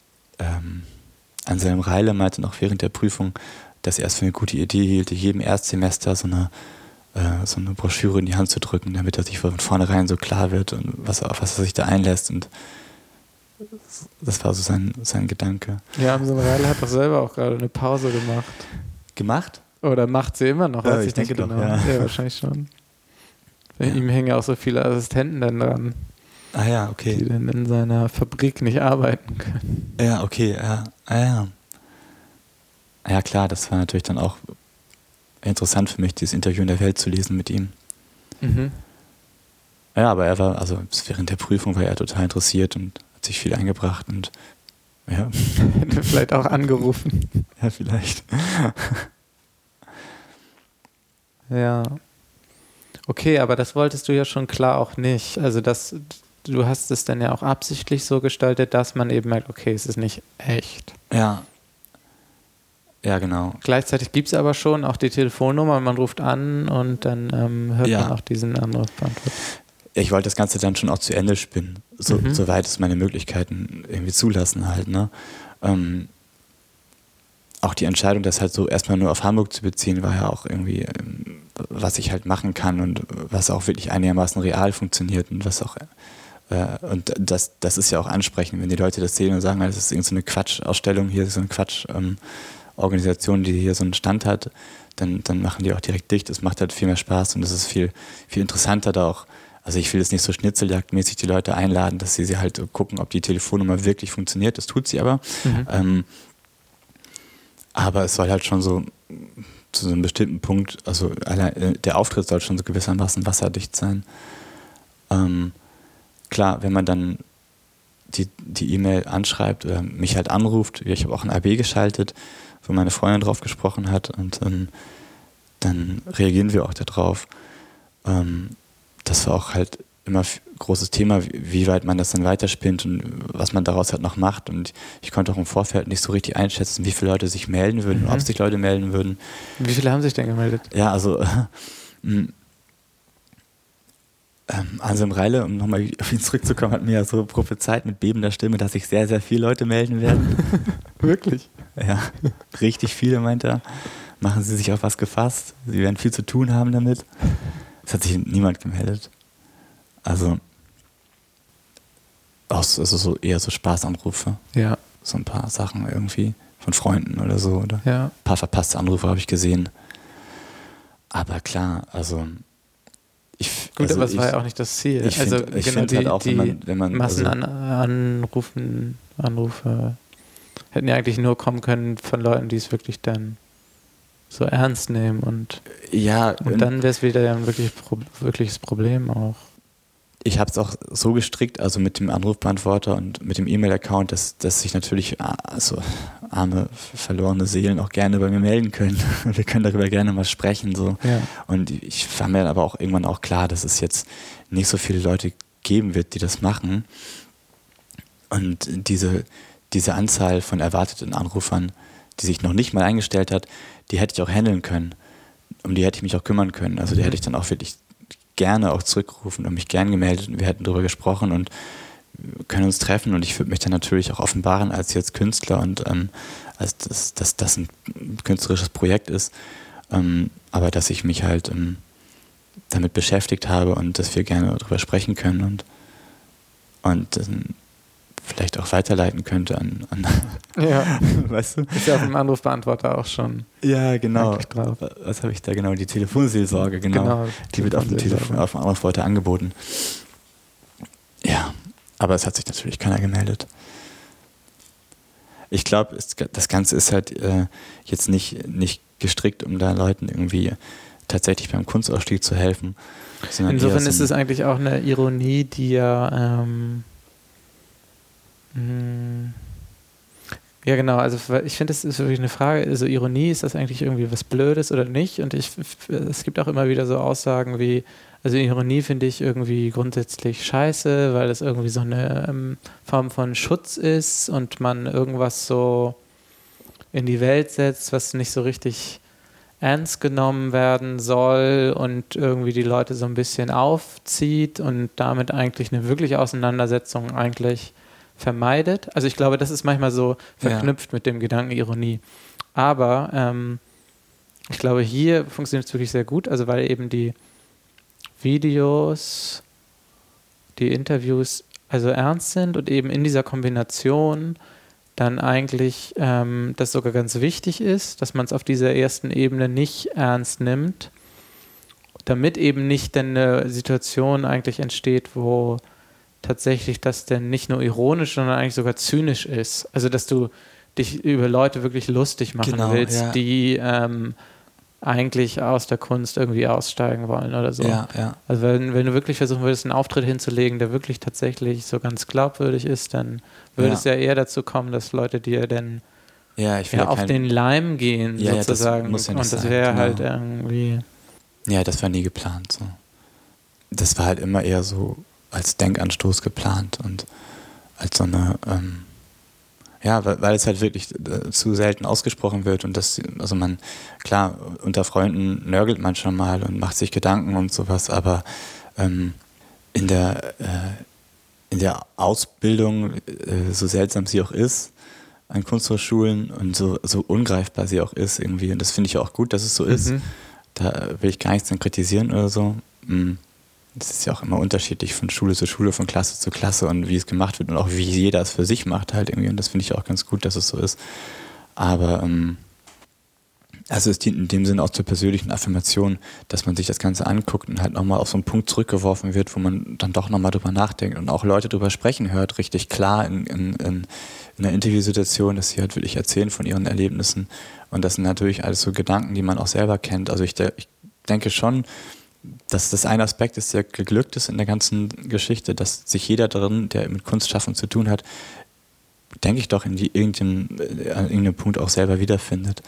Anselm Reile meinte noch während der Prüfung, dass er es für eine gute Idee hielt, jedem Erstsemester so eine Broschüre in die Hand zu drücken, damit er sich von vornherein so klar wird und auf was er sich da einlässt. Und das war so sein Gedanke. Ja, Anselm Reile hat doch selber auch gerade eine Pause gemacht. Gemacht? Oder macht sie immer noch? Ich denke genau. doch, ja. Ja, wahrscheinlich schon. Ihm hängen ja auch so viele Assistenten dann dran. Ah ja, okay. Die dann in seiner Fabrik nicht arbeiten können. Ja, okay, ja. Ja klar, das war natürlich dann auch interessant für mich, dieses Interview in der Welt zu lesen mit ihm. Mhm. Ja, aber während der Prüfung war er total interessiert und hat sich viel eingebracht und ja. Hätte vielleicht auch angerufen. Ja, vielleicht. Ja. Okay, aber das wolltest du ja schon klar auch nicht. Also du hast es dann ja auch absichtlich so gestaltet, dass man eben merkt, okay, es ist nicht echt. Ja. Ja, genau. Gleichzeitig gibt es aber schon auch die Telefonnummer, man ruft an und dann hört man auch diesen Anrufbeantworter. Ich wollte das Ganze dann schon auch zu Ende spinnen, soweit es meine Möglichkeiten irgendwie zulassen halt, ne? Auch die Entscheidung, das halt so erstmal nur auf Hamburg zu beziehen, war ja auch irgendwie, was ich halt machen kann und was auch wirklich einigermaßen real funktioniert und was auch und das ist ja auch ansprechend, wenn die Leute das sehen und sagen, das ist irgendeine Quatschausstellung hier, so eine Organisation, die hier so einen Stand hat, dann machen die auch direkt dicht. Es macht halt viel mehr Spaß und es ist viel, viel interessanter da auch. Also ich will jetzt nicht so schnitzeljagdmäßig die Leute einladen, dass sie halt gucken, ob die Telefonnummer wirklich funktioniert. Das tut sie aber. Aber es soll halt schon so zu so einem bestimmten Punkt, also der Auftritt soll schon so gewissermaßen wasserdicht sein. Klar, wenn man dann die E-Mail anschreibt oder mich halt anruft, ich habe auch ein AB geschaltet, wo meine Freundin drauf gesprochen hat und dann reagieren wir auch darauf. Das war auch halt immer ein großes Thema, wie weit man das dann weiterspinnt und was man daraus halt noch macht. Und ich konnte auch im Vorfeld nicht so richtig einschätzen, wie viele Leute sich melden würden, ob sich Leute melden würden. Wie viele haben sich denn gemeldet? Ja, also Anselm Reile, um nochmal auf ihn zurückzukommen, hat mir ja so prophezeit mit bebender Stimme, dass sich sehr, sehr viele Leute melden werden. Wirklich? Ja, richtig viele, meint er. Machen Sie sich auf was gefasst. Sie werden viel zu tun haben damit. Es hat sich niemand gemeldet. Also so eher so Spaßanrufe. Ja. So ein paar Sachen irgendwie von Freunden oder so. Oder ja. Ein paar verpasste Anrufe habe ich gesehen. Aber klar, also Gut, aber es war ja auch nicht das Ziel. Ich finde halt auch, wenn man Massenanrufe hätten ja eigentlich nur kommen können von Leuten, die es wirklich dann so ernst nehmen und dann wäre es wieder ein wirkliches Problem auch. Ich habe es auch so gestrickt, also mit dem Anrufbeantworter und mit dem E-Mail-Account, dass sich natürlich arme, verlorene Seelen auch gerne bei mir melden können. Wir können darüber gerne mal sprechen. So. Ja. Und ich war mir aber auch irgendwann auch klar, dass es jetzt nicht so viele Leute geben wird, die das machen. Und diese Anzahl von erwarteten Anrufern, die sich noch nicht mal eingestellt hat, die hätte ich auch handeln können. Um die hätte ich mich auch kümmern können. Also die hätte ich dann auch wirklich gerne auch zurückgerufen und mich gern gemeldet und wir hätten darüber gesprochen und können uns treffen und ich würde mich dann natürlich auch offenbaren als jetzt Künstler und als dass das ein künstlerisches Projekt ist, aber dass ich mich halt damit beschäftigt habe und dass wir gerne darüber sprechen können und vielleicht auch weiterleiten könnte an Ja. weißt du? Ist ja auf dem Anrufbeantworter auch schon. Ja, genau. Drauf. Was habe ich da genau? Die Telefonseelsorge, genau. Die wird auf dem Anrufbeantworter angeboten. Ja, aber es hat sich natürlich keiner gemeldet. Ich glaube, das Ganze ist halt jetzt nicht gestrickt, um da Leuten irgendwie tatsächlich beim Kunstausstieg zu helfen. Insofern ist es eigentlich auch eine Ironie, die ja ja, genau, also ich finde, das ist wirklich eine Frage, also Ironie, ist das eigentlich irgendwie was Blödes oder nicht? Und es gibt auch immer wieder so Aussagen wie, also Ironie finde ich irgendwie grundsätzlich scheiße, weil das irgendwie so eine Form von Schutz ist und man irgendwas so in die Welt setzt, was nicht so richtig ernst genommen werden soll und irgendwie die Leute so ein bisschen aufzieht und damit eigentlich eine wirkliche Auseinandersetzung eigentlich vermeidet. Also ich glaube, das ist manchmal so verknüpft mit dem Gedanken Ironie. Aber ich glaube, hier funktioniert es wirklich sehr gut, also weil eben die Videos, die Interviews also ernst sind und eben in dieser Kombination dann eigentlich das sogar ganz wichtig ist, dass man es auf dieser ersten Ebene nicht ernst nimmt, damit eben nicht dann eine Situation eigentlich entsteht, wo tatsächlich das denn nicht nur ironisch, sondern eigentlich sogar zynisch ist. Also dass du dich über Leute wirklich lustig machen willst, die eigentlich aus der Kunst irgendwie aussteigen wollen oder so. Ja, ja. Also wenn du wirklich versuchen würdest, einen Auftritt hinzulegen, der wirklich tatsächlich so ganz glaubwürdig ist, dann würde es ja eher dazu kommen, dass Leute dir dann auf den Leim gehen, sozusagen. Das muss ja nicht und das sein, wäre genau. halt irgendwie... Ja, das war nie geplant. So. Das war halt immer eher so als Denkanstoß geplant und als so eine, weil es halt wirklich zu selten ausgesprochen wird und das, also man, klar, unter Freunden nörgelt man schon mal und macht sich Gedanken und sowas, aber in der Ausbildung, so seltsam sie auch ist, an Kunsthochschulen und so ungreifbar sie auch ist irgendwie, und das finde ich auch gut, dass es so ist, da will ich gar nichts dran kritisieren oder so. Das ist ja auch immer unterschiedlich von Schule zu Schule, von Klasse zu Klasse und wie es gemacht wird und auch wie jeder es für sich macht halt irgendwie, und das finde ich auch ganz gut, dass es so ist. Aber also es dient in dem Sinne auch zur persönlichen Affirmation, dass man sich das Ganze anguckt und halt nochmal auf so einen Punkt zurückgeworfen wird, wo man dann doch nochmal drüber nachdenkt und auch Leute drüber sprechen hört, richtig klar in einer Interviewsituation, dass sie halt wirklich erzählen von ihren Erlebnissen, und das sind natürlich alles so Gedanken, die man auch selber kennt. Also ich denke schon, dass das ein Aspekt ist, der geglückt ist in der ganzen Geschichte, dass sich jeder drin, der mit Kunstschaffen zu tun hat, denke ich doch an irgendeinem Punkt auch selber wiederfindet.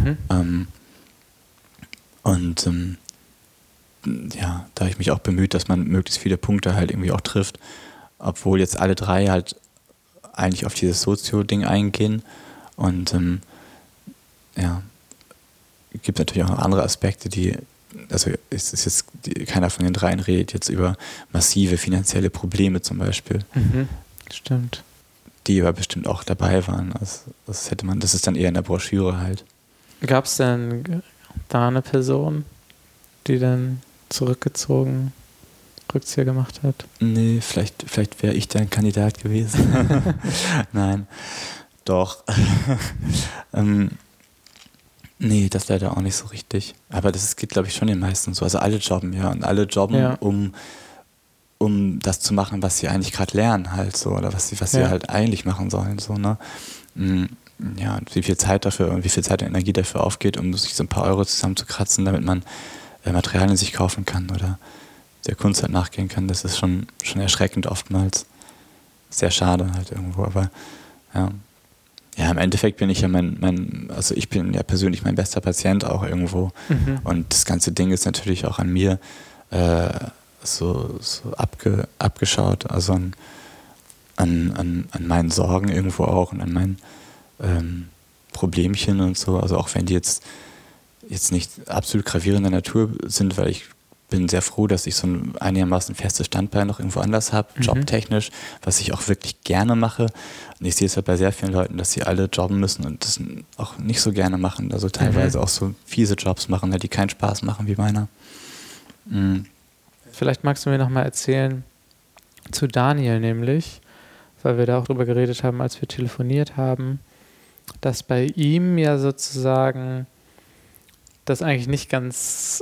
Da habe ich mich auch bemüht, dass man möglichst viele Punkte halt irgendwie auch trifft, obwohl jetzt alle drei halt eigentlich auf dieses Sozio-Ding eingehen, und gibt natürlich auch noch andere Aspekte, also es ist jetzt, keiner von den dreien redet jetzt über massive finanzielle Probleme zum Beispiel. Stimmt. Die aber bestimmt auch dabei waren. Also das ist dann eher in der Broschüre halt. Gab es denn da eine Person, die dann zurückgezogen Rückzieher gemacht hat? Nee, vielleicht wäre ich da ein Kandidat gewesen. Nein, doch. Nee, das leider auch nicht so richtig. Aber das geht, glaube ich, schon den meisten so. Also alle jobben, und alle jobben, um das zu machen, was sie eigentlich gerade lernen halt so, oder was sie halt eigentlich machen sollen, so, ne? Ja, und wie viel Zeit dafür und wie viel Zeit und Energie dafür aufgeht, um sich so ein paar Euro zusammenzukratzen, damit man Materialien sich kaufen kann oder der Kunst halt nachgehen kann, das ist schon erschreckend oftmals. Sehr schade halt irgendwo, aber ja. Ja, im Endeffekt bin ich ja also ich bin ja persönlich mein bester Patient auch irgendwo. Und das ganze Ding ist natürlich auch an mir so abgeschaut, also an meinen Sorgen irgendwo auch und an meinen Problemchen und so. Also auch wenn die jetzt nicht absolut gravierender Natur sind, weil ich bin sehr froh, dass ich so ein einigermaßen festes Standbein noch irgendwo anders habe, jobtechnisch, was ich auch wirklich gerne mache. Und ich sehe es halt bei sehr vielen Leuten, dass sie alle jobben müssen und das auch nicht so gerne machen. Also teilweise auch so fiese Jobs machen, die keinen Spaß machen wie meiner. Vielleicht magst du mir noch mal erzählen zu Daniel nämlich, weil wir da auch drüber geredet haben, als wir telefoniert haben, dass bei ihm ja sozusagen das eigentlich nicht ganz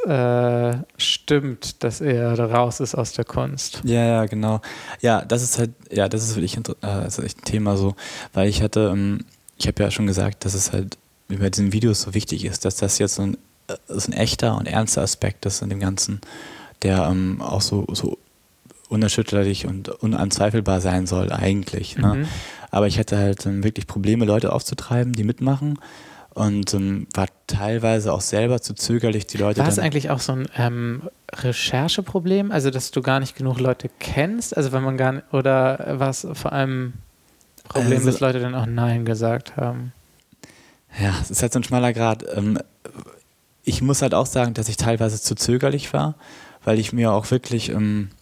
stimmt, dass er raus ist aus der Kunst. Ja, genau. Ja, das ist wirklich das ist echt ein Thema so, weil ich habe ja schon gesagt, dass es halt über diesen Videos so wichtig ist, dass das jetzt so ein echter und ernster Aspekt ist in dem Ganzen, der auch so unerschütterlich und unanzweifelbar sein soll eigentlich. Ne? Aber ich hatte halt wirklich Probleme, Leute aufzutreiben, die mitmachen. Und war teilweise auch selber zu zögerlich, die Leute. War es eigentlich auch so ein Rechercheproblem? Also, dass du gar nicht genug Leute kennst? Also, wenn man gar nicht, oder war es vor allem ein Problem, dass Leute dann auch Nein gesagt haben? Ja, es ist halt so ein schmaler Grat. Ich muss halt auch sagen, dass ich teilweise zu zögerlich war, weil ich mir auch wirklich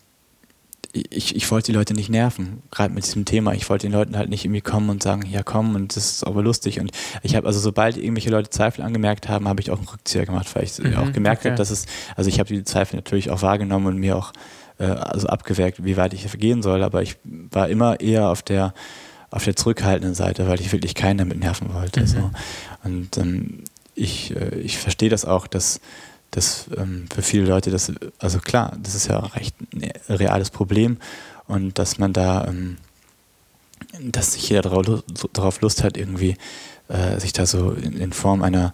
ich wollte die Leute nicht nerven, gerade mit diesem Thema. Ich wollte den Leuten halt nicht irgendwie kommen und sagen, ja komm, und das ist aber lustig. Und ich habe, also sobald irgendwelche Leute Zweifel angemerkt haben, habe ich auch einen Rückzieher gemacht, weil ich auch gemerkt habe, dass also ich habe die Zweifel natürlich auch wahrgenommen und mir auch also abgewägt, wie weit ich gehen soll, aber ich war immer eher auf der zurückhaltenden Seite, weil ich wirklich keinen damit nerven wollte. So. Und ich verstehe das auch, dass für viele Leute also klar, das ist ja auch recht ein reales Problem und dass man da, dass nicht jeder darauf Lust hat, irgendwie sich da so in Form einer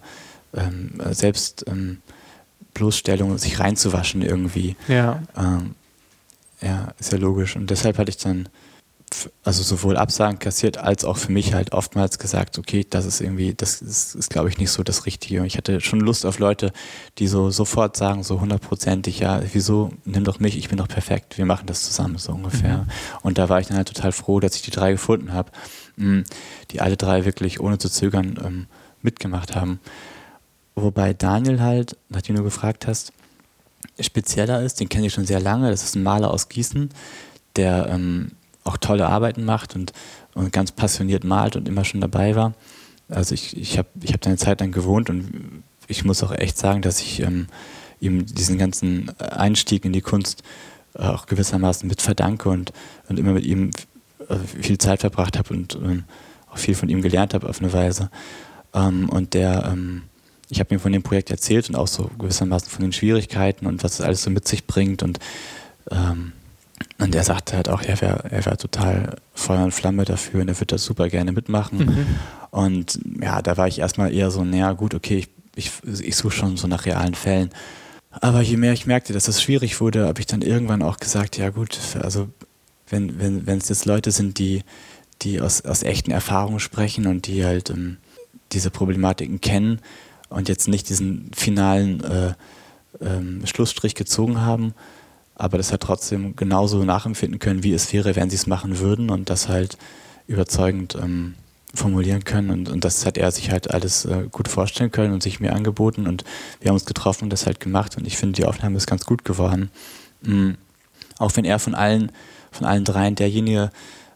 Bloßstellung sich reinzuwaschen irgendwie. Ja. Ja, ist ja logisch. Und deshalb hatte ich dann also sowohl Absagen kassiert, als auch für mich halt oftmals gesagt, okay, das ist glaube ich nicht so das Richtige. Und ich hatte schon Lust auf Leute, die so sofort sagen, so 100%ig, ja, wieso, nimm doch mich, ich bin doch perfekt, wir machen das zusammen, so ungefähr. Und da war ich dann halt total froh, dass ich die 3 gefunden habe, die alle 3 wirklich ohne zu zögern mitgemacht haben. Wobei Daniel halt, nachdem du gefragt hast, spezieller ist, den kenne ich schon sehr lange, das ist ein Maler aus Gießen, der auch tolle Arbeiten macht und ganz passioniert malt und immer schon dabei war. Also ich hab da eine Zeit lang gewohnt und ich muss auch echt sagen, dass ich ihm diesen ganzen Einstieg in die Kunst auch gewissermaßen mit verdanke und immer mit ihm viel Zeit verbracht habe und auch viel von ihm gelernt habe auf eine Weise. Und ich habe ihm von dem Projekt erzählt und auch so gewissermaßen von den Schwierigkeiten und was es alles so mit sich bringt und er sagte halt auch, er wär total Feuer und Flamme dafür und er würde das super gerne mitmachen. Und ja, da war ich erstmal eher so, naja gut, okay, ich suche schon so nach realen Fällen. Aber je mehr ich merkte, dass das schwierig wurde, habe ich dann irgendwann auch gesagt, ja gut, also wenn es jetzt Leute sind, die aus echten Erfahrungen sprechen und die halt diese Problematiken kennen und jetzt nicht diesen finalen Schlussstrich gezogen haben, aber das halt trotzdem genauso nachempfinden können, wie es wäre, wenn sie es machen würden und das halt überzeugend formulieren können und das hat er sich halt alles gut vorstellen können und sich mir angeboten und wir haben uns getroffen und das halt gemacht und ich finde, die Aufnahme ist ganz gut geworden. Auch wenn er von allen 3 derjenige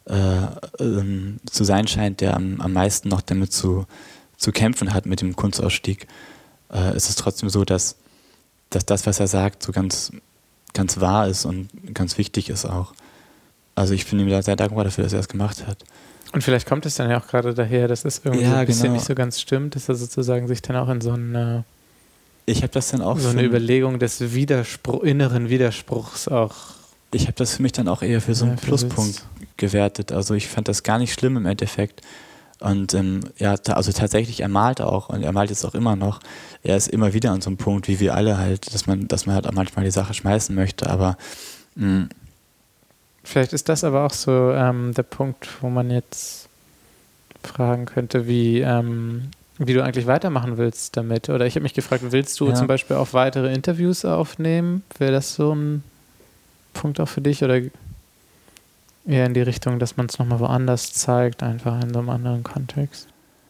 zu sein scheint, der am meisten noch damit zu kämpfen hat mit dem Kunstausstieg, ist es trotzdem so, dass das, was er sagt, so ganz wahr ist und ganz wichtig ist auch. Also ich bin ihm da sehr dankbar dafür, dass er es gemacht hat. Und vielleicht kommt es dann ja auch gerade daher, dass es irgendwie so ein bisschen nicht so ganz stimmt, dass er sozusagen sich dann auch in so eine ich habe das dann auch so eine Überlegung des inneren Widerspruchs auch. Ich habe das für mich dann auch eher für so einen Pluspunkt gewertet. Also ich fand das gar nicht schlimm im Endeffekt. Und also tatsächlich, er malt auch und er malt jetzt auch immer noch. Er ist immer wieder an so einem Punkt, wie wir alle halt, dass man halt auch manchmal die Sache schmeißen möchte, aber vielleicht ist das aber auch so der Punkt, wo man jetzt fragen könnte, wie du eigentlich weitermachen willst damit. Oder ich habe mich gefragt, willst du zum Beispiel auch weitere Interviews aufnehmen? Wäre das so ein Punkt auch für dich? Oder eher in die Richtung, dass man es nochmal woanders zeigt, einfach in so einem anderen Kontext?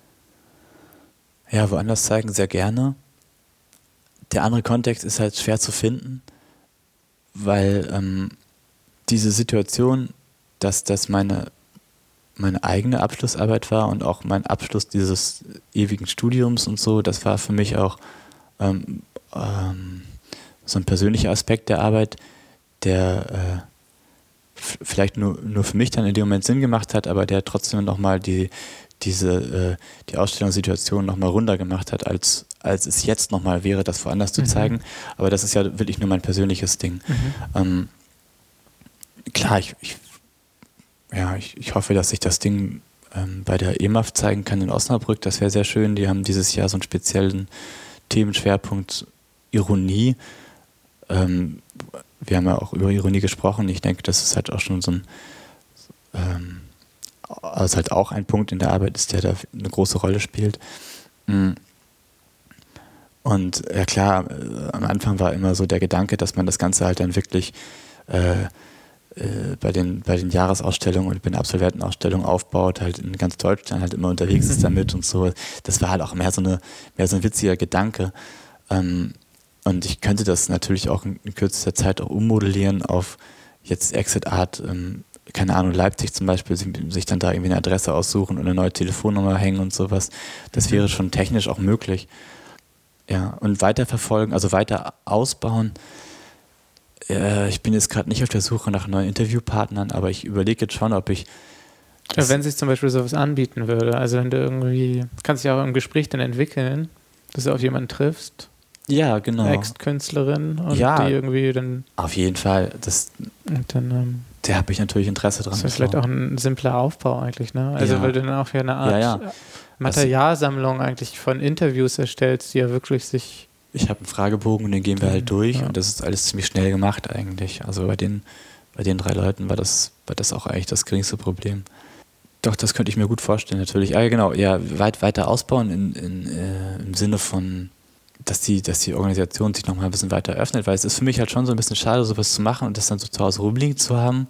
Ja, woanders zeigen sehr gerne. Der andere Kontext ist halt schwer zu finden, weil diese Situation, dass das meine eigene Abschlussarbeit war und auch mein Abschluss dieses ewigen Studiums und so, das war für mich auch so ein persönlicher Aspekt der Arbeit, der vielleicht nur für mich dann in dem Moment Sinn gemacht hat, aber der trotzdem nochmal die Ausstellungssituation nochmal runder gemacht hat, als es jetzt nochmal wäre, das woanders zu zeigen. Aber das ist ja wirklich nur mein persönliches Ding. Klar, ich hoffe, dass ich das Ding bei der EMAF zeigen kann in Osnabrück. Das wäre sehr schön. Die haben dieses Jahr so einen speziellen Themenschwerpunkt Ironie. Wir haben ja auch über Ironie gesprochen. Ich denke, das ist halt auch schon so ein also halt auch ein Punkt in der Arbeit ist, der da eine große Rolle spielt. Und ja klar, am Anfang war immer so der Gedanke, dass man das Ganze halt dann wirklich bei den Jahresausstellungen und bei den Absolventenausstellungen aufbaut, halt in ganz Deutschland halt immer unterwegs ist damit und so. Das war halt auch mehr so ein witziger Gedanke. Und ich könnte das natürlich auch in kürzester Zeit auch ummodellieren auf jetzt Exit Art, keine Ahnung, Leipzig zum Beispiel, sich dann da irgendwie eine Adresse aussuchen und eine neue Telefonnummer hängen und sowas. Das wäre schon technisch auch möglich. Ja, und weiterverfolgen, also weiter ausbauen. Ich bin jetzt gerade nicht auf der Suche nach neuen Interviewpartnern, aber ich überlege jetzt schon, ob ich... Ja, wenn sich zum Beispiel sowas anbieten würde, also wenn du irgendwie, kannst dich auch im Gespräch dann entwickeln, dass du auf jemanden triffst. Ja, genau. Ex-Künstlerin und die irgendwie dann... Auf jeden Fall. Da habe ich natürlich Interesse dran. Das ist vielleicht auch ein simpler Aufbau eigentlich, ne? Also weil du dann auch eine Art Materialsammlung eigentlich von Interviews erstellst, die ja wirklich sich... Ich habe einen Fragebogen und den gehen wir halt durch und das ist alles ziemlich schnell gemacht eigentlich. Also bei den 3 Leuten war das auch eigentlich das geringste Problem. Doch, das könnte ich mir gut vorstellen natürlich. Genau, weiter ausbauen im Sinne von, dass die Organisation sich nochmal ein bisschen weiter öffnet, weil es ist für mich halt schon so ein bisschen schade, sowas zu machen und das dann so zu Hause rumliegen zu haben.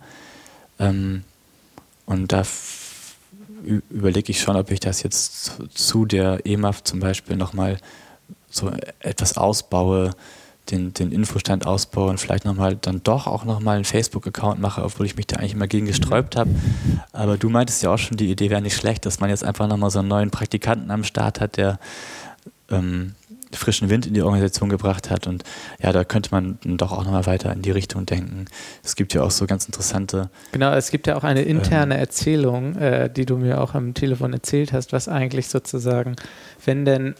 Und da überlege ich schon, ob ich das jetzt zu der EMAF zum Beispiel nochmal so etwas ausbaue, den Infostand ausbaue und vielleicht dann doch auch nochmal einen Facebook-Account mache, obwohl ich mich da eigentlich immer gegen gesträubt habe. Aber du meintest ja auch schon, die Idee wäre nicht schlecht, dass man jetzt einfach nochmal so einen neuen Praktikanten am Start hat, der frischen Wind in die Organisation gebracht hat. Und ja, da könnte man doch auch nochmal weiter in die Richtung denken. Es gibt ja auch so ganz interessante... Genau, es gibt ja auch eine interne Erzählung, die du mir auch am Telefon erzählt hast, was eigentlich sozusagen, wenn denn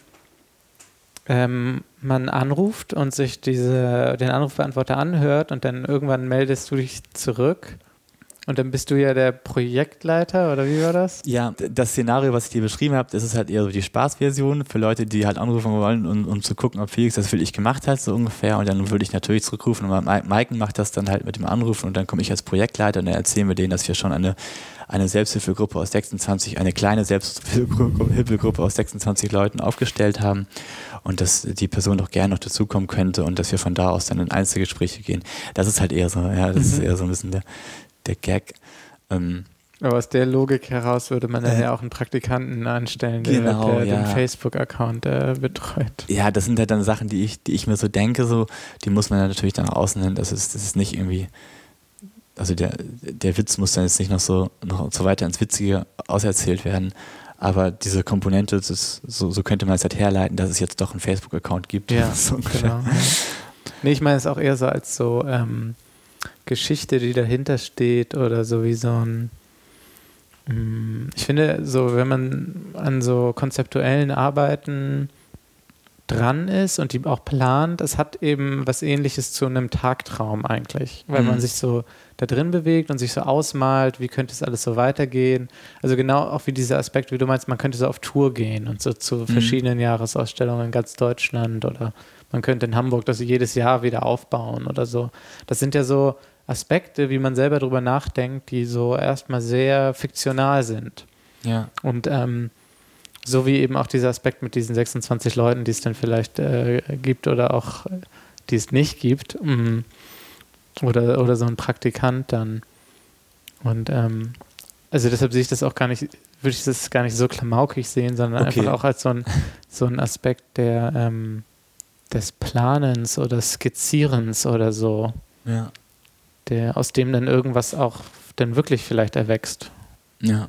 man anruft und sich den Anrufbeantworter anhört und dann irgendwann meldest du dich zurück und dann bist du ja der Projektleiter, oder wie war das? Ja, das Szenario, was ich dir beschrieben habe, das ist halt eher so die Spaßversion für Leute, die halt anrufen wollen, um zu gucken, ob Felix das wirklich gemacht hat, so ungefähr, und dann würde ich natürlich zurückrufen und Maiken macht das dann halt mit dem Anrufen und dann komme ich als Projektleiter und dann erzählen wir denen, dass wir schon eine Selbsthilfegruppe aus 26, eine kleine Selbsthilfegruppe aus 26 Leuten aufgestellt haben und dass die Person doch gerne noch dazukommen könnte und dass wir von da aus dann in Einzelgespräche gehen. Das ist halt eher so, ja, das ist eher so ein bisschen der Gag. Aber aus der Logik heraus würde man dann ja auch einen Praktikanten anstellen, der den Facebook-Account betreut. Ja, das sind halt dann Sachen, die ich mir so denke, so, die muss man dann natürlich dann außen hin. Das ist nicht irgendwie, also der Witz muss dann jetzt nicht noch so weiter ins Witzige auserzählt werden. Aber diese Komponente, so könnte man es halt herleiten, dass es jetzt doch einen Facebook-Account gibt. Ja, so genau. Nee, ich meine es auch eher so als so Geschichte, die dahinter steht oder so wie so ein ich finde, so wenn man an so konzeptuellen Arbeiten dran ist und die auch plant, es hat eben was Ähnliches zu einem Tagtraum eigentlich, weil man sich so da drin bewegt und sich so ausmalt, wie könnte es alles so weitergehen. Also genau auch wie dieser Aspekt, wie du meinst, man könnte so auf Tour gehen und so zu verschiedenen Jahresausstellungen in ganz Deutschland oder man könnte in Hamburg das jedes Jahr wieder aufbauen oder so. Das sind ja so Aspekte, wie man selber drüber nachdenkt, die so erstmal sehr fiktional sind. Ja. Und so wie eben auch dieser Aspekt mit diesen 26 Leuten, die es dann vielleicht gibt oder auch die es nicht gibt, oder so ein Praktikant dann. Und also deshalb sehe ich das auch gar nicht, würde ich das gar nicht so klamaukig sehen, sondern Okay. einfach auch als so ein Aspekt des Planens oder Skizzierens oder so, Ja. aus dem dann irgendwas auch dann wirklich vielleicht erwächst. Ja.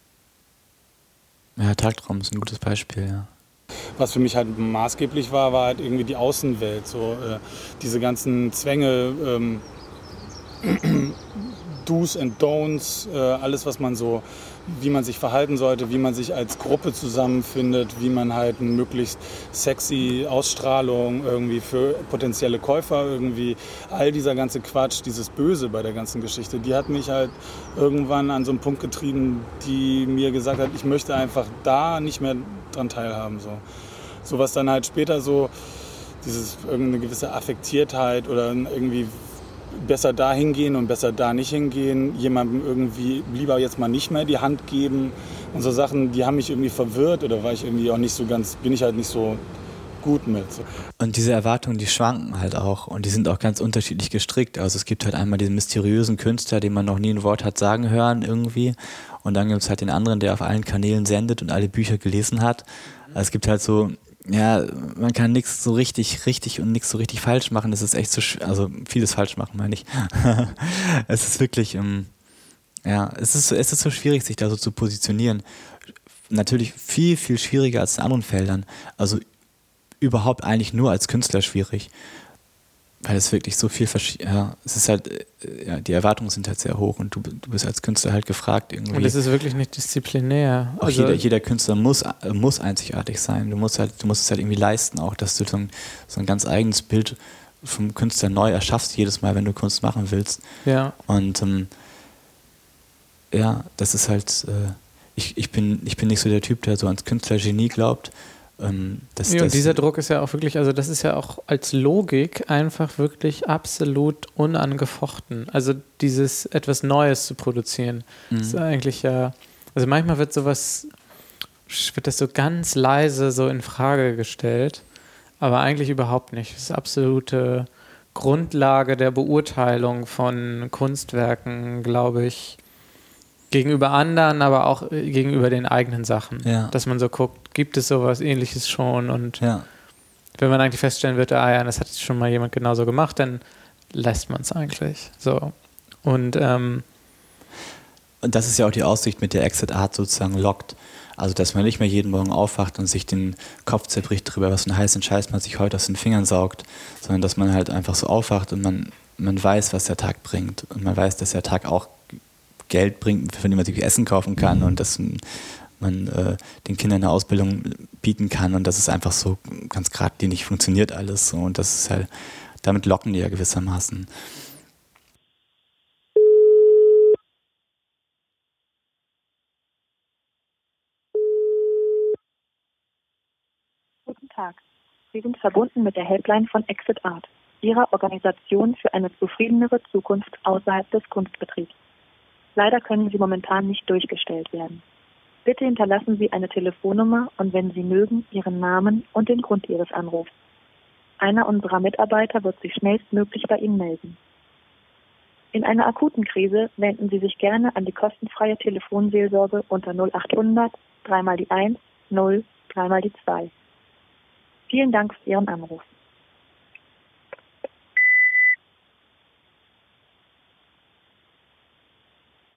Ja, Tagtraum ist ein gutes Beispiel, ja. Was für mich halt maßgeblich war halt irgendwie die Außenwelt. So, diese ganzen Zwänge, Do's and Don'ts, alles, was man so, wie man sich verhalten sollte, wie man sich als Gruppe zusammenfindet, wie man halt eine möglichst sexy Ausstrahlung irgendwie für potenzielle Käufer irgendwie, all dieser ganze Quatsch, dieses Böse bei der ganzen Geschichte, die hat mich halt irgendwann an so einen Punkt getrieben, die mir gesagt hat, ich möchte einfach da nicht mehr dran teilhaben. So was dann halt später so, irgendeine gewisse Affektiertheit oder irgendwie besser da hingehen und besser da nicht hingehen, jemandem irgendwie lieber jetzt mal nicht mehr die Hand geben und so Sachen, die haben mich irgendwie verwirrt oder war ich irgendwie auch nicht so ganz, bin ich halt nicht so gut mit. Und diese Erwartungen, die schwanken halt auch und die sind auch ganz unterschiedlich gestrickt. Also es gibt halt einmal diesen mysteriösen Künstler, den man noch nie ein Wort hat sagen hören irgendwie, und dann gibt es halt den anderen, der auf allen Kanälen sendet und alle Bücher gelesen hat. Also es gibt halt so, ja, man kann nichts so richtig und nichts so richtig falsch machen. Das ist echt so, also vieles falsch machen, meine ich. Es ist wirklich, es ist so schwierig, sich da so zu positionieren. Natürlich viel, viel schwieriger als in anderen Feldern. Also überhaupt eigentlich nur als Künstler schwierig. Weil es wirklich so viel es ist halt, die Erwartungen sind halt sehr hoch und du bist als Künstler halt gefragt irgendwie. Und es ist wirklich nicht disziplinär. Auch also jeder Künstler muss einzigartig sein. Du musst es halt irgendwie leisten, auch dass du so ein ganz eigenes Bild vom Künstler neu erschaffst jedes Mal, wenn du Kunst machen willst. Ja. Und das ist halt, ich bin nicht so der Typ, der so ans Künstlergenie glaubt. Und dieser Druck ist ja auch wirklich, also das ist ja auch als Logik einfach wirklich absolut unangefochten. Also dieses etwas Neues zu produzieren, ist eigentlich ja, also manchmal wird das so ganz leise so in Frage gestellt, aber eigentlich überhaupt nicht. Das ist absolute Grundlage der Beurteilung von Kunstwerken, glaube ich, gegenüber anderen, aber auch gegenüber den eigenen Sachen. Ja. Dass man so guckt, gibt es sowas Ähnliches schon? Und wenn man eigentlich feststellen wird, das hat schon mal jemand genauso gemacht, dann lässt man es eigentlich. So. Und das ist ja auch die Aussicht, mit der Exit Art sozusagen lockt. Also, dass man nicht mehr jeden Morgen aufwacht und sich den Kopf zerbricht darüber, was für einen heißen Scheiß man sich heute aus den Fingern saugt, sondern dass man halt einfach so aufwacht und man weiß, was der Tag bringt. Und man weiß, dass der Tag auch Geld bringt, für den man sich Essen kaufen kann und dass man den Kindern eine Ausbildung bieten kann und dass es einfach so ganz geradlinig funktioniert alles so, und das ist halt, damit locken die ja gewissermaßen. Guten Tag. Sie sind verbunden mit der Helpline von Exit Art, Ihrer Organisation für eine zufriedenere Zukunft außerhalb des Kunstbetriebs. Leider können Sie momentan nicht durchgestellt werden. Bitte hinterlassen Sie eine Telefonnummer und wenn Sie mögen, Ihren Namen und den Grund Ihres Anrufs. Einer unserer Mitarbeiter wird sich schnellstmöglich bei Ihnen melden. In einer akuten Krise wenden Sie sich gerne an die kostenfreie Telefonseelsorge unter 0800 3 mal die 1 0 3 mal die 2. Vielen Dank für Ihren Anruf.